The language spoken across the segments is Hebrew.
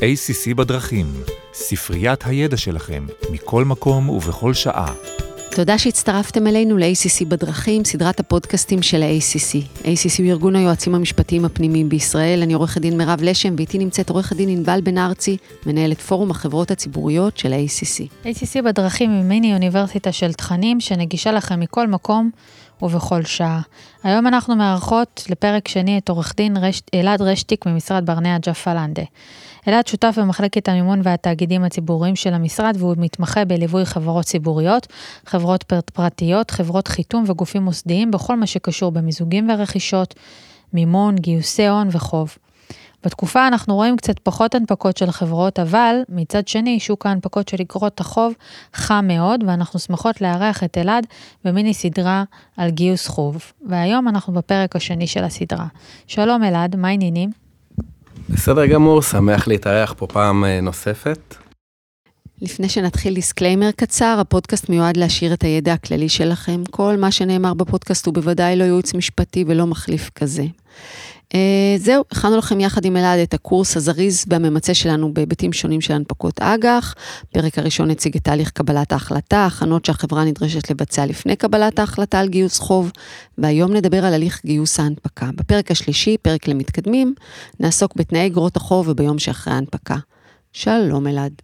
ACC בדרכים, ספריית הידע שלכם, מכל מקום ובכל שעה. תודה שהצטרפתם אלינו ל-ACC בדרכים, סדרת הפודקאסטים של ה-ACC. ACC הוא ארגון היועצים המשפטיים הפנימיים בישראל. אני עורכת דין מירב לשם, ואיתי נמצאת עורכת דין ענבל בן ארצי, מנהלת פורום החברות הציבוריות של ה-ACC. ACC בדרכים היא מיני אוניברסיטה של תכנים שנגישה לכם מכל מקום ובכל שעה. היום אנחנו מארחות לפרק שני את עורך דין אלעד רשטיק ממשרד ברנע ג'פה לנדה. אלעד שותף במחלקת המימון והתאגידים הציבוריים של המשרד, והוא מתמחה בליווי חברות ציבוריות, חברות פרטיות, חברות חיתום וגופים מוסדיים, בכל מה שקשור במיזוגים ורכישות, מימון, גיוסי הון וחוב. בתקופה אנחנו רואים קצת פחות הנפקות של חברות, אבל מצד שני שוק ההנפקות של אגרות החוב חם מאוד, ואנחנו שמחות לארח את אלעד במיני סדרה על גיוס חוב. והיום אנחנו בפרק השני של הסדרה. שלום אלעד, מה העניינים? בסדר גמור, שמח להתארח פה פעם נוספת. לפני שנתחיל דיסקליימר קצר, הפודקאסט מיועד להשאיר את הידע הכללי שלכם. כל מה שנאמר בפודקאסט הוא בוודאי לא ייעוץ משפטי ולא מחליף כזה. זהו, הכנו לכם יחד עם אלעד את הקורס הזריז והממצה שלנו בהיבטים שונים של הנפקות אג"ח. פרק הראשון הציג את תהליך קבלת ההחלטה, הכנות שהחברה נדרשת לבצע לפני קבלת ההחלטה על גיוס חוב, והיום נדבר על הליך גיוס ההנפקה. בפרק השלישי, פרק למתקדמים, נעסוק בתנאי אגרות החוב וביום שאחרי ההנפקה. שלום אלעד.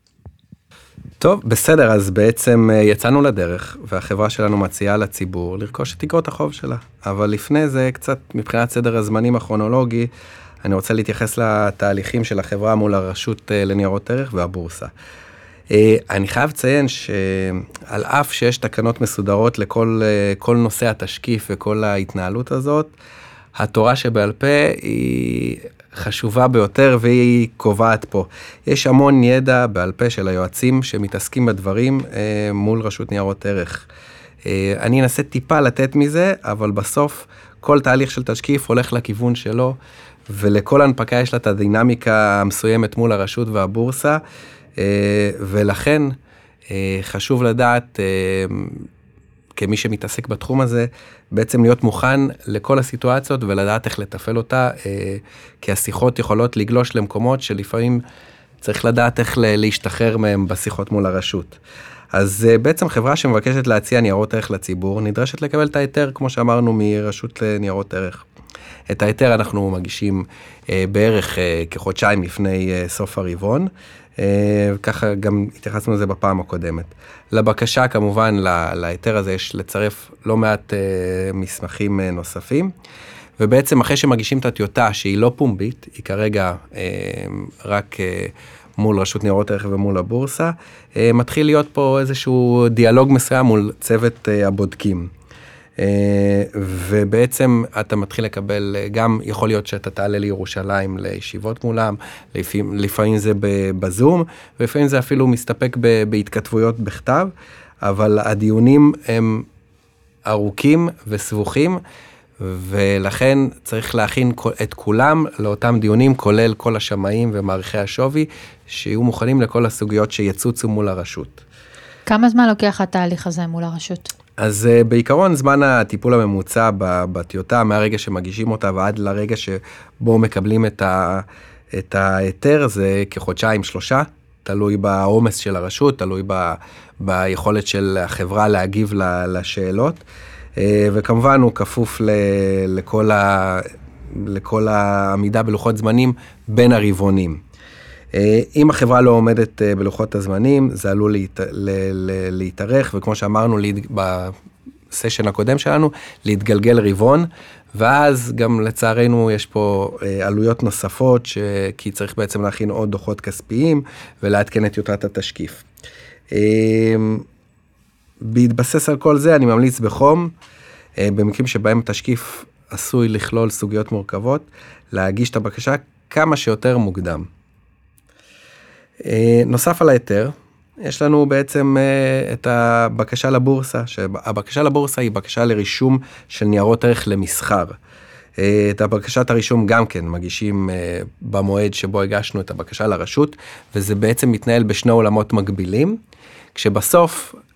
טוב, בסדר, אז בעצם יצאנו לדרך, והחברה שלנו מציעה לציבור לרכוש את אגרות החוב שלה. אבל לפני זה, קצת מבחינת סדר הזמנים הכרונולוגי, אני רוצה להתייחס לתהליכים של החברה מול הרשות לניירות ערך והבורסה. אני חייב לציין שעל אף שיש תקנות מסודרות לכל נושא התשקיף וכל ההתנהלות הזאת, התורה שבעל פה היא חשובה ביותר והיא קובעת פה. יש המון ידע בעל פה של היועצים שמתעסקים בדברים מול רשות ניירות ערך. אני אנסה טיפה לתת מזה, אבל בסוף כל תהליך של תשקיף הולך לכיוון שלו, ולכל הנפקה יש לה את הדינמיקה המסוימת מול הרשות והבורסה, ולכן חשוב לדעת, כמי שמתעסק בתחום הזה, בעצם להיות מוכן לכל הסיטואציות ולדעת איך לטפל אותה, כי השיחות יכולות לגלוש למקומות שלפעמים צריך לדעת איך להשתחרר מהם בשיחות מול הרשות. אז בעצם חברה שמבקשת להציע ניירות ערך לציבור, נדרשת לקבל את ההיתר, כמו שאמרנו, מרשות לניירות ערך. את ההיתר אנחנו מגישים בערך כחודשיים לפני סוף הרבעון, ככה גם התייחסנו לזה בפעם הקודמת. לבקשה כמובן, להיתר הזה יש לצרף לא מעט מסמכים נוספים, ובעצם אחרי שמגישים את הטיוטה שהיא לא פומבית, היא כרגע רק מול רשות ניירות ערך ומול הבורסה, מתחיל להיות פה איזשהו דיאלוג מסוים מול צוות הבודקים. ובעצם אתה מתחיל לקבל, גם יכול להיות שאתה תעלה לירושלים לישיבות מולם, לפעמים זה בזום, ולפעמים זה אפילו מסתפק בהתכתבויות בכתב, אבל הדיונים הם ארוכים וסבוכים, ולכן צריך להכין את כולם לאותם דיונים, כולל כל השמאים ומערכי השווי, שיהיו מוכנים לכל הסוגיות שיצוצו מול הרשות. כמה זמן לוקח התהליך הזה מול הרשות? אז בעיקרון זמן הטיפול הממוצע בטיוטה, מהרגע שמגישים אותה ועד לרגע שבו מקבלים את ההיתר, זה כחודשיים, 3, תלוי בעומס של הרשות, תלוי ביכולת של החברה להגיב לשאלות, וכמובן הוא כפוף לכל העמידה בלוחות זמנים בין הרבעונים. אם החברה לא עומדת בלוחות הזמנים, זה עלול להתארך, וכמו שאמרנו בסשן הקודם שלנו, להתגלגל רבעון, ואז גם לצערנו יש פה עלויות נוספות, כי צריך בעצם להכין עוד דוחות כספיים, ולעדכן את טיוטת התשקיף. בהתבסס על כל זה, אני ממליץ בחום, במקרים שבהם תשקיף עשוי לכלול סוגיות מורכבות, להגיש את הבקשה כמה שיותר מוקדם. נוסף על ההיתר, יש לנו בעצם את הבקשה לבורסה, שהבקשה לבורסה היא בקשה לרישום של ניירות ערך למסחר. את הבקשת הרישום גם כן מגישים במועד שבו הגשנו את הבקשה לרשות, וזה בעצם מתנהל בשני עולמות מקבילים, כשבסוף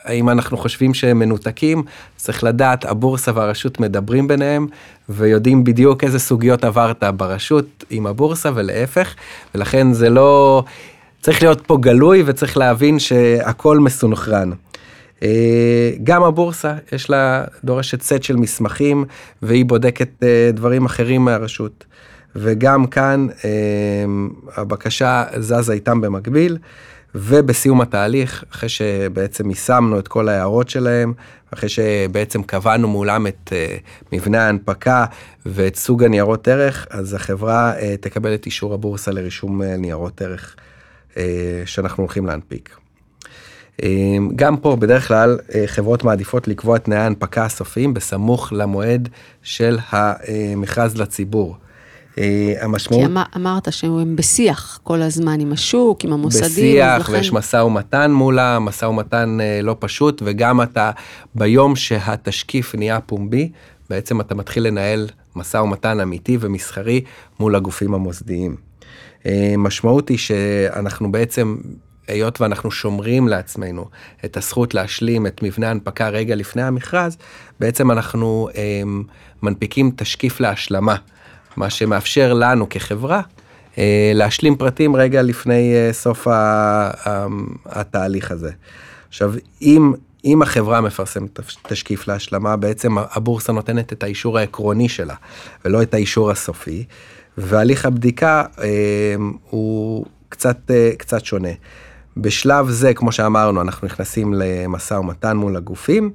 אם אנחנו חושבים שהם מנותקים, צריך לדעת, הבורסה והרשות מדברים ביניהם, ויודעים בדיוק איזה סוגיות עברת ברשות עם הבורסה ולהפך, ולכן זה לא, צריך להיות פה גלוי, וצריך להבין שהכל מסונכרן. גם הבורסה, יש לה דורשת סט של מסמכים, והיא בודקת דברים אחרים מהרשות. וגם כאן הבקשה זזה איתם במקביל, ובסיום התהליך, אחרי שבעצם יישמנו את כל ההערות שלהם, אחרי שבעצם קבענו מולם את מבנה ההנפקה ואת סוג הניירות ערך, אז החברה תקבל את אישור הבורסה לרישום ניירות ערך שאנחנו הולכים להנפיק. גם פה בדרך כלל חברות מעדיפות לקבוע את תנאי ההנפקה הסופיים בסמוך למועד של המכרז לציבור. המשמעות... כי אמרת שהם בשיח כל הזמן עם השוק, עם המוסדים. בשיח, לכן... ויש משא ומתן מולה, משא ומתן לא פשוט, וגם אתה ביום שהתשקיף נהיה פומבי, בעצם אתה מתחיל לנהל משא ומתן אמיתי ומסחרי מול הגופים המוסדיים. משמעות היא שאנחנו בעצם, היות ואנחנו שומרים לעצמנו את הזכות להשלים את מבנה ההנפקה רגע לפני המכרז, בעצם אנחנו מנפיקים תשקיף להשלמה. מה שמאפשר לנו כחברה להשלים פרטים רגע לפני סוף התהליך הזה. עכשיו, אם החברה מפרסמת תשקיף להשלמה, בעצם הבורסה נותנת את האישור העקרוני שלה, ולא את האישור הסופי, והליך הבדיקה הוא קצת שונה. בשלב זה, כמו שאמרנו, אנחנו נכנסים למשא ומתן מול הגופים,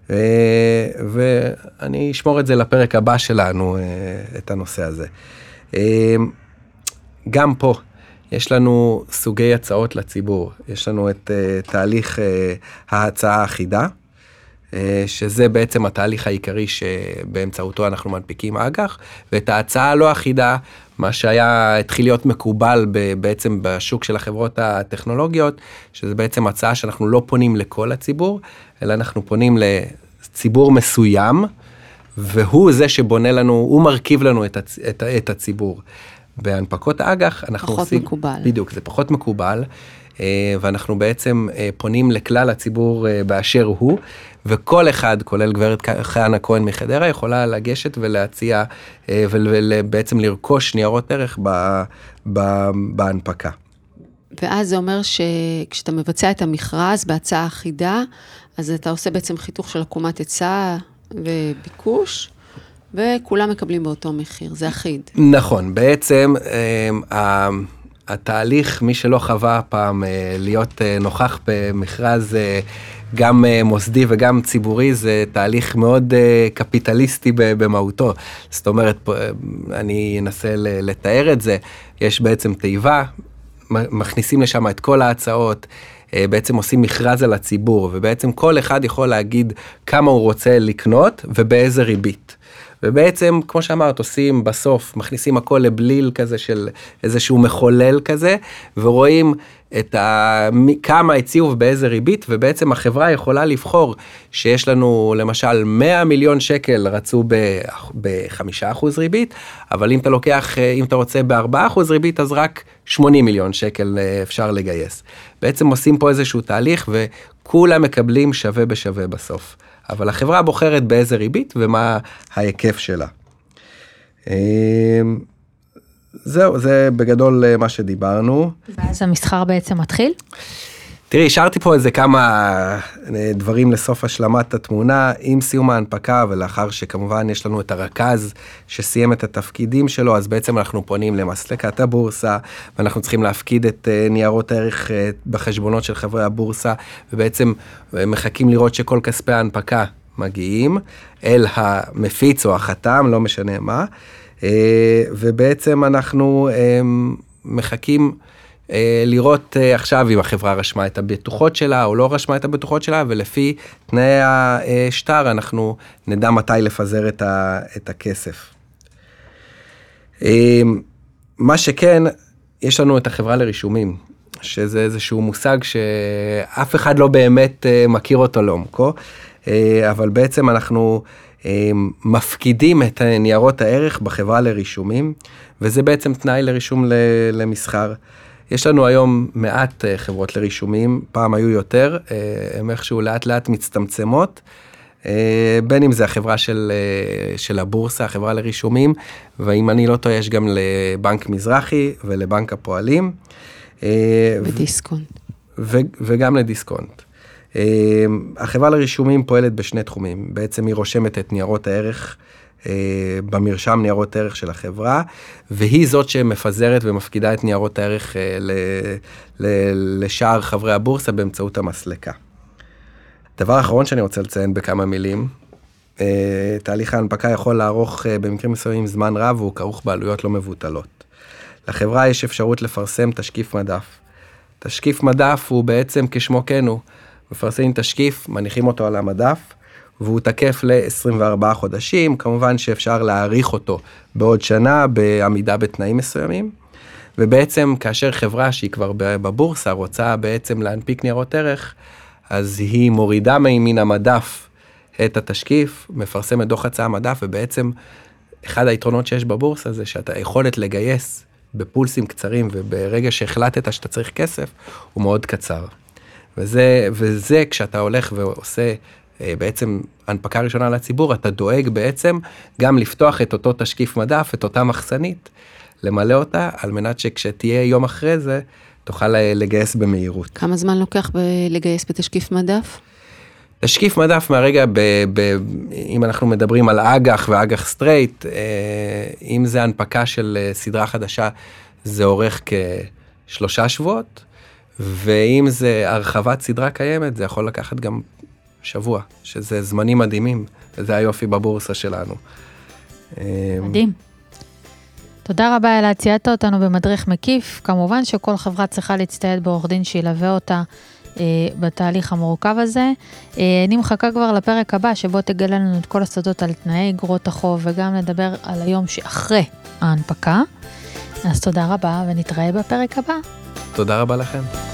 ואני אשמור את זה לפרק הבא שלנו, את הנושא הזה. גם פה יש לנו סוגי הצעות לציבור. יש לנו את תהליך ההצעה האחידה, שזה בעצם התהליך העיקרי שבאמצעותו אנחנו מנפיקים אג"ח, ואת ההצעה הלא אחידה, מה התחיל להיות מקובל בעצם בשוק של החברות הטכנולוגיות, שזה בעצם הצעה שאנחנו לא פונים לכל הציבור, אלא אנחנו פונים לציבור מסוים, והוא זה שבונה לנו, הוא מרכיב לנו את הציבור. בהנפקות האג"ח אנחנו עושים... פחות מקובל. בדיוק, זה פחות מקובל, ואנחנו בעצם פונים לכלל הציבור באשר הוא, וכל אחד, כולל גברת חנה כהן מחדרה, יכולה לגשת ולהציע, ובעצם לרכוש ניירות ערך בהנפקה. ואז זה אומר שכשאתה מבצע את המכרז בהצעה אחידה, אז אתה עושה בעצם חיתוך של עקומת היצע וביקוש, וכולם מקבלים באותו מחיר, זה אחיד. נכון, בעצם התהליך, מי שלא חווה פעם להיות נוכח במכרז גם מוסדי וגם ציבורי, זה תהליך מאוד קפיטליסטי במהותו. זאת אומרת, אני אנסה לתאר את זה, יש בעצם תיבה, מכניסים לשם את כל ההצעות, בעצם עושים מכרז על הציבור, ובעצם כל אחד יכול להגיד כמה הוא רוצה לקנות ובאיזה ריבית. ובעצם, כמו שאמרת, עושים בסוף, מכניסים הכל לבליל כזה של איזשהו מחולל כזה, ורואים כמה הציעו ובאיזה ריבית, ובעצם החברה יכולה לבחור שיש לנו למשל 100 מיליון שקל רצו ב5% ריבית, אבל אם אתה לוקח, אם אתה רוצה ב4% ריבית, אז רק 80 מיליון שקל אפשר לגייס. בעצם עושים פה איזשהו תהליך, וכולם מקבלים שווה בשווה בסוף. אבל החברה בוחרת באיזה ריבית ומה ההיקף שלה. זהו, זה בגדול מה שדיברנו. ואז המסחר בעצם מתחיל? תראי, השארתי פה איזה כמה דברים לסוף השלמת התמונה, עם סיום ההנפקה, ולאחר שכמובן יש לנו את הרכז שסיים את התפקידים שלו, אז בעצם אנחנו פונים למסלקת הבורסה, ואנחנו צריכים להפקיד את ניירות הערך בחשבונות של חברי הבורסה, ובעצם מחכים לראות שכל כספי ההנפקה מגיעים אל המפיץ או החתם, לא משנה מה, ובעצם אנחנו מחכים לראות עכשיו אם החברה רשמה את הבטוחות שלה או לא רשמה את הבטוחות שלה, ולפי תנאי השטר אנחנו נדע מתי לפזר את הכסף. מה שכן, יש לנו את החברה לרישומים, שזה איזשהו מושג שאף אחד לא באמת מכיר אותו לעומקו, אבל בעצם אנחנו מפקידים את ניירות הערך בחברה לרישומים, וזה בעצם תנאי לרישום למסחר. יש לנו היום מעט חברות לרישומים, פעם היו יותר, הם איכשהו לאט לאט מצטמצמות, בין אם זה החברה של הבורסה, החברה לרישומים, ואם אני לא טועה, יש גם לבנק מזרחי ולבנק הפועלים. ודיסקונט. וגם לדיסקונט. החברה לרישומים פועלת בשני תחומים, בעצם היא רושמת את ניירות הערך, במרשם ניירות הערך של החברה, והיא זאת שמפזרת ומפקידה את ניירות הערך לשאר חברי הבורסה באמצעות המסלקה. דבר האחרון שאני רוצה לציין בכמה מילים, תהליך ההנפקה יכול לערוך במקרים מסוימים זמן רב, והוא כרוך בעלויות לא מבוטלות. לחברה יש אפשרות לפרסם תשקיף מדף. תשקיף מדף הוא בעצם כשמו כן הוא, מפרסמים תשקיף, מניחים אותו על המדף, והוא תקף ל-24 חודשים, כמובן שאפשר להאריך אותו בעוד שנה בעמידה בתנאים מסוימים, ובעצם כאשר חברה שהיא כבר בבורסה רוצה בעצם להנפיק ניירות ערך, אז היא מורידה מן המדף את התשקיף, מפרסמת דוח הצעה מדף, ובעצם אחד היתרונות שיש בבורסה זה שאתה יכולת לגייס בפולסים קצרים, וברגע שהחלטת שאתה צריך כסף, הוא מאוד קצר. וזה כשאתה הולך ועושה בעצם הנפקה ראשונה לציבור, אתה דואג בעצם גם לפתוח את אותו תשקיף מדף, את אותה מחסנית, למלא אותה, על מנת שכשתהיה יום אחרי זה, תוכל לגייס במהירות. כמה זמן לוקח לגייס בתשקיף מדף? תשקיף מדף מהרגע, אם אנחנו מדברים על אג"ח ואג"ח סטרייט, אם זה הנפקה של סדרה חדשה, זה אורך כ3 שבועות, ואם זה הרחבת סדרה קיימת, זה יכול לקחת גם שבוע, שזה זמנים מדהימים, וזה היופי בבורסה שלנו. מדהים. תודה רבה, אלעד, ציינת אותנו במדריך מקיף. כמובן שכל חברה צריכה להצטייד בעורך דין שילווה אותה בתהליך המורכב הזה. אני מחכה כבר לפרק הבא, שבו תגלה לנו את כל הסודות על תנאי אגרות החוב, וגם לדבר על היום שאחרי ההנפקה. אז תודה רבה, ונתראה בפרק הבא. תודה רבה לכם.